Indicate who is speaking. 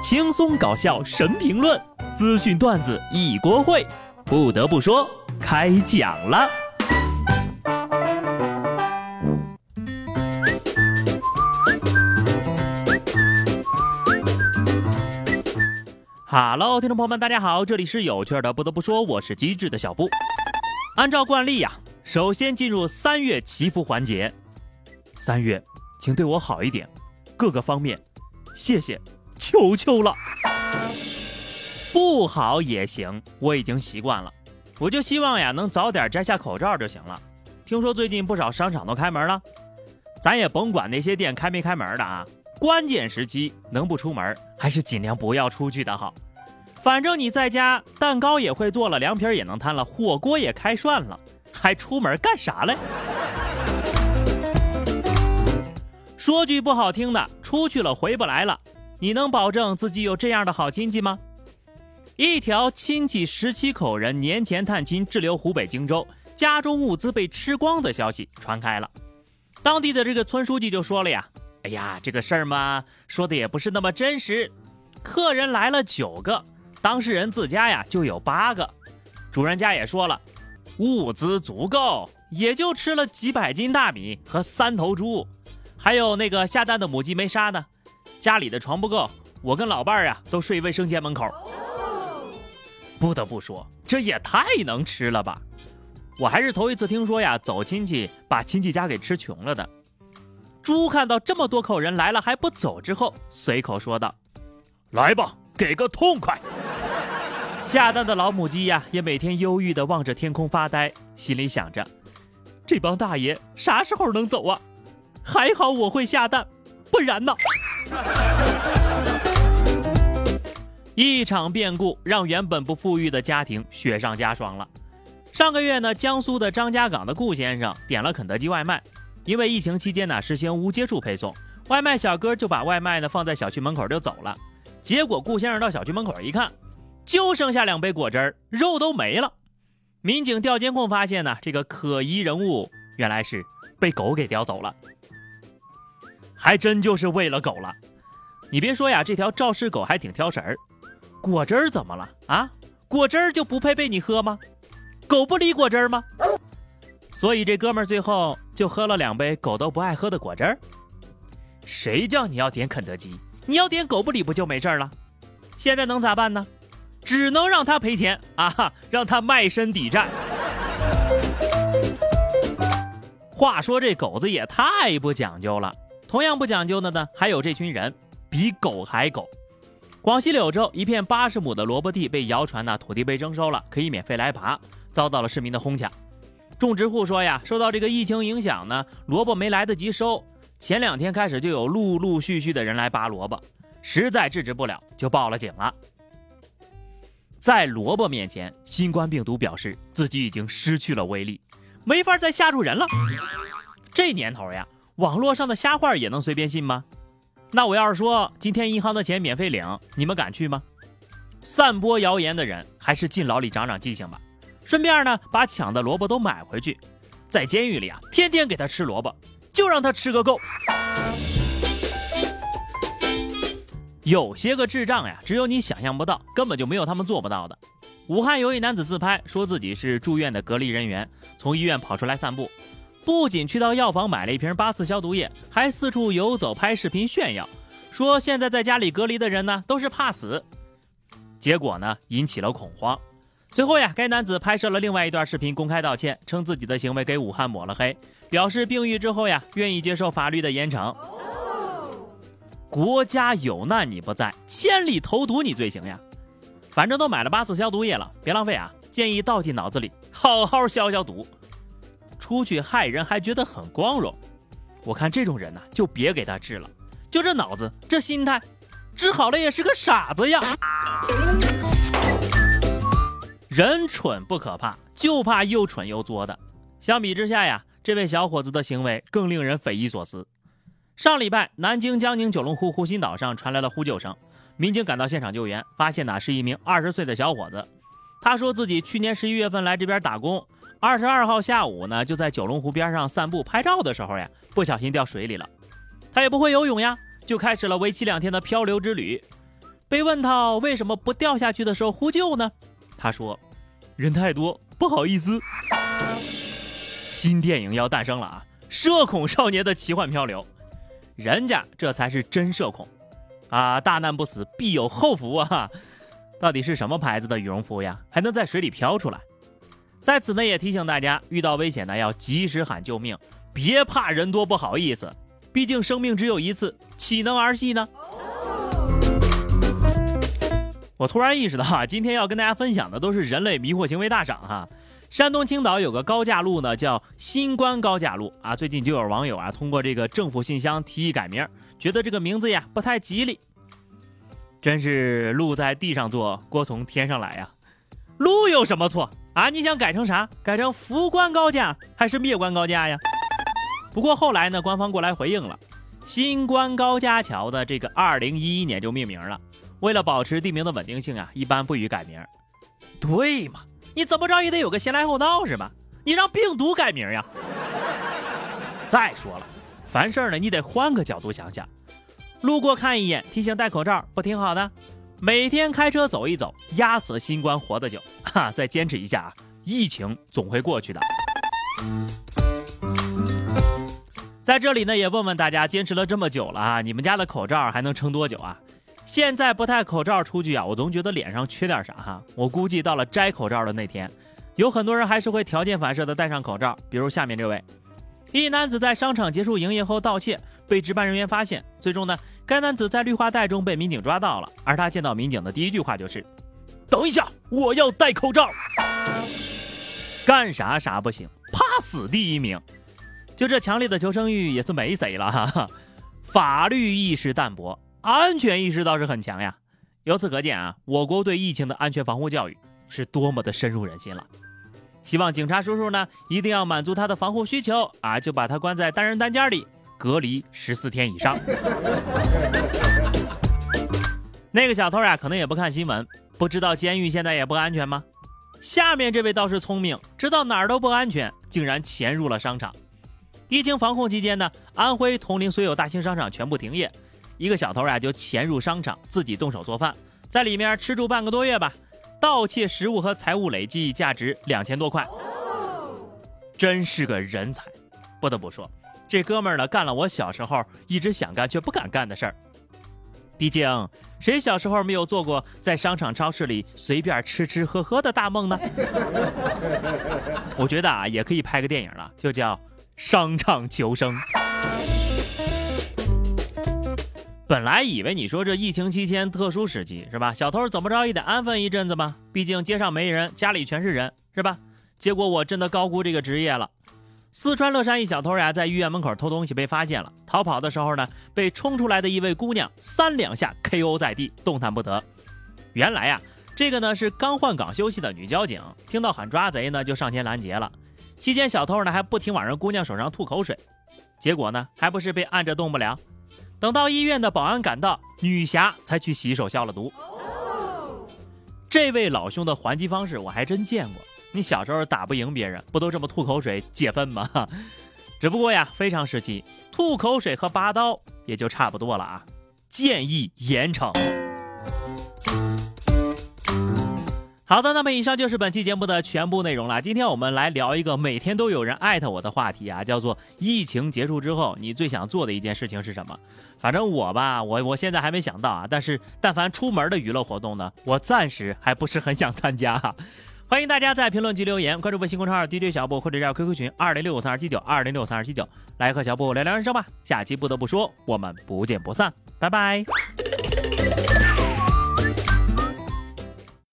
Speaker 1: 轻松搞笑神评论，资讯段子一锅烩。不得不说，开讲了。Hello， 听众朋友们，大家好，这里是有趣的。不得不说，我是机智的小布。按照惯例呀，首先进入3月祈福环节。3月，请对我好一点，各个方面，谢谢，求求了。不好也行，我已经习惯了。我就希望呀，能早点摘下口罩就行了。听说最近不少商场都开门了，咱也甭管那些店开没开门的啊。关键时期能不出门，还是尽量不要出去的好。反正你在家，蛋糕也会做了，凉皮也能摊了，火锅也开涮了，还出门干啥嘞？说句不好听的，出去了回不来了，你能保证自己有这样的好亲戚吗？一条亲戚17口人年前探亲滞留湖北荆州，家中物资被吃光的消息传开了。当地的这个村书记就说了呀，哎呀，这个事儿嘛，说的也不是那么真实。客人来了9个，当事人自家呀就有8个。主人家也说了，物资足够，也就吃了几百斤大米和3头猪，还有那个下蛋的母鸡没杀呢。家里的床不够，我跟老伴儿呀都睡卫生间门口。不得不说，这也太能吃了吧！我还是头一次听说呀，走亲戚把亲戚家给吃穷了的。猪看到这么多口人来了还不走之后，随口说道：“来吧，给个痛快。”下蛋的老母鸡呀，也每天忧郁地望着天空发呆，心里想着：这帮大爷啥时候能走啊？还好我会下蛋，不然呢？一场变故让原本不富裕的家庭雪上加霜了。上个月呢，江苏的张家港的顾先生点了肯德基外卖。因为疫情期间呢实行无接触配送，外卖小哥就把外卖呢放在小区门口就走了。结果顾先生到小区门口一看，就剩下2杯果汁，肉都没了。民警调监控发现呢，这个可疑人物原来是被狗给叼走了，还真就是为了狗了。你别说呀，这条肇事狗还挺挑食儿。果汁怎么了啊？果汁就不配被你喝吗？狗不理果汁吗？所以这哥们儿最后就喝了2杯狗都不爱喝的果汁。谁叫你要点肯德基？你要点狗不理不就没事了？现在能咋办呢？只能让他赔钱啊，让他卖身抵债。话说这狗子也太不讲究了。同样不讲究的呢，还有这群人，比狗还狗。广西柳州一片80亩的萝卜地被谣传土地被征收了，可以免费来拔，遭到了市民的哄抢。种植户说呀，受到这个疫情影响呢，萝卜没来得及收，前2天开始就有陆陆续续的人来拔萝卜，实在制止不了，就报了警了。在萝卜面前，新冠病毒表示自己已经失去了威力，没法再吓住人了。这年头呀，网络上的瞎话也能随便信吗？那我要是说今天银行的钱免费领，你们敢去吗？散播谣言的人还是进牢里长长记性吧。顺便呢，把抢的萝卜都买回去，在监狱里啊，天天给他吃萝卜，就让他吃个够。有些个智障呀，只有你想象不到，根本就没有他们做不到的。武汉有一男子自拍，说自己是住院的隔离人员，从医院跑出来散步，不仅去到药房买了一瓶84消毒液，还四处游走拍视频炫耀，说现在在家里隔离的人呢，都是怕死。结果呢，引起了恐慌。随后呀，该男子拍摄了另外一段视频，公开道歉，称自己的行为给武汉抹了黑，表示病愈之后呀，愿意接受法律的严惩。国家有难你不在，千里投毒你罪行呀。反正都买了84消毒液了，别浪费啊，建议倒进脑子里，好好消消毒。出去害人还觉得很光荣，我看这种人呢，就别给他治了，就这脑子这心态，治好了也是个傻子呀。人蠢不可怕，就怕又蠢又作的。相比之下呀，这位小伙子的行为更令人匪夷所思。上礼拜，南京江宁九龙湖湖心岛上传来了呼救声，民警赶到现场救援，发现是一名20岁的小伙子。他说自己去年11月份来这边打工，22号下午呢，就在九龙湖边上散步拍照的时候呀，不小心掉水里了。他也不会游泳呀，就开始了为期2天的漂流之旅。 被问到为什么不掉下去的时候呼救呢？他说：人太多，不好意思。新电影要诞生了啊！社恐少年的奇幻漂流，人家这才是真社恐啊！大难不死，必有后福啊！到底是什么牌子的羽绒服呀？还能在水里飘出来？在此呢，也提醒大家，遇到危险呢，要及时喊救命，别怕人多不好意思，毕竟生命只有一次，岂能儿戏呢？我突然意识到今天要跟大家分享的都是人类迷惑行为大赏哈。山东青岛有个高架路呢，叫新关高架路啊。最近就有网友通过这个政府信箱提议改名，觉得这个名字呀不太吉利。真是路在地上坐，锅从天上来呀！路有什么错啊？你想改成啥？改成福关高架还是灭关高架呀？不过后来呢，官方过来回应了，新关高架桥的这个2011年就命名了。为了保持地名的稳定性啊，一般不予改名。对嘛？你怎么着也得有个先来后到是吧？你让病毒改名呀？再说了，凡事呢你得换个角度想想。路过看一眼，提醒戴口罩，不挺好的？每天开车走一走，压死新冠活得久再坚持一下啊，疫情总会过去的。在这里呢，也问问大家，坚持了这么久了啊，你们家的口罩还能撑多久啊？现在不戴口罩出去啊，我总觉得脸上缺点啥哈。我估计到了摘口罩的那天，有很多人还是会条件反射的戴上口罩。比如下面这位，一男子在商场结束营业后盗窃，被值班人员发现，最终呢，该男子在绿化带中被民警抓到了。而他见到民警的第一句话就是：等一下，我要戴口罩。干啥啥不行，怕死第一名。就这强烈的求生欲也是没谁了哈。法律意识淡薄，安全意识倒是很强呀。由此可见啊，我国对疫情的安全防护教育是多么的深入人心了。希望警察叔叔呢，一定要满足他的防护需求啊，就把他关在单人单间里，隔离14天以上。那个小偷可能也不看新闻，不知道监狱现在也不安全吗？下面这位倒是聪明，知道哪儿都不安全，竟然潜入了商场。疫情防控期间呢，安徽铜陵所有大型商场全部停业，一个小偷就潜入商场，自己动手做饭，在里面吃住半个多月吧，盗窃食物和财物累计价值2000多块，真是个人才。不得不说，这哥们儿呢，干了我小时候一直想干却不敢干的事儿。毕竟谁小时候没有做过在商场超市里随便吃吃喝喝的大梦呢？我觉得也可以拍个电影了，就叫商场求生。本来以为你说这疫情期间特殊时期是吧，小偷怎么着也得安分一阵子吧，毕竟街上没人，家里全是人是吧？结果我真的高估这个职业了。四川乐山一小偷在医院门口偷东西被发现了，逃跑的时候呢，被冲出来的一位姑娘3两下 KO 在地，动弹不得。原来这个呢是刚换岗休息的女交警，听到喊抓贼呢，就上前拦截了。期间小偷呢还不停往人姑娘手上吐口水，结果呢还不是被按着动不了。等到医院的保安赶到，女侠才去洗手消了毒。这位老兄的还击方式我还真见过，你小时候打不赢别人，不都这么吐口水解愤吗？只不过非常时期，吐口水和拔刀也就差不多了啊，建议严惩。好的，那么以上就是本期节目的全部内容了。今天我们来聊一个每天都有人艾特我的话题叫做疫情结束之后你最想做的一件事情是什么？反正我现在还没想到但是但凡出门的娱乐活动呢，我暂时还不是很想参加欢迎大家在评论区留言，关注微信公众号 DJ 小布，或者加入 QQ 群2065327920653279，来和小布聊聊人生吧。下期不得不说，我们不见不散，拜拜。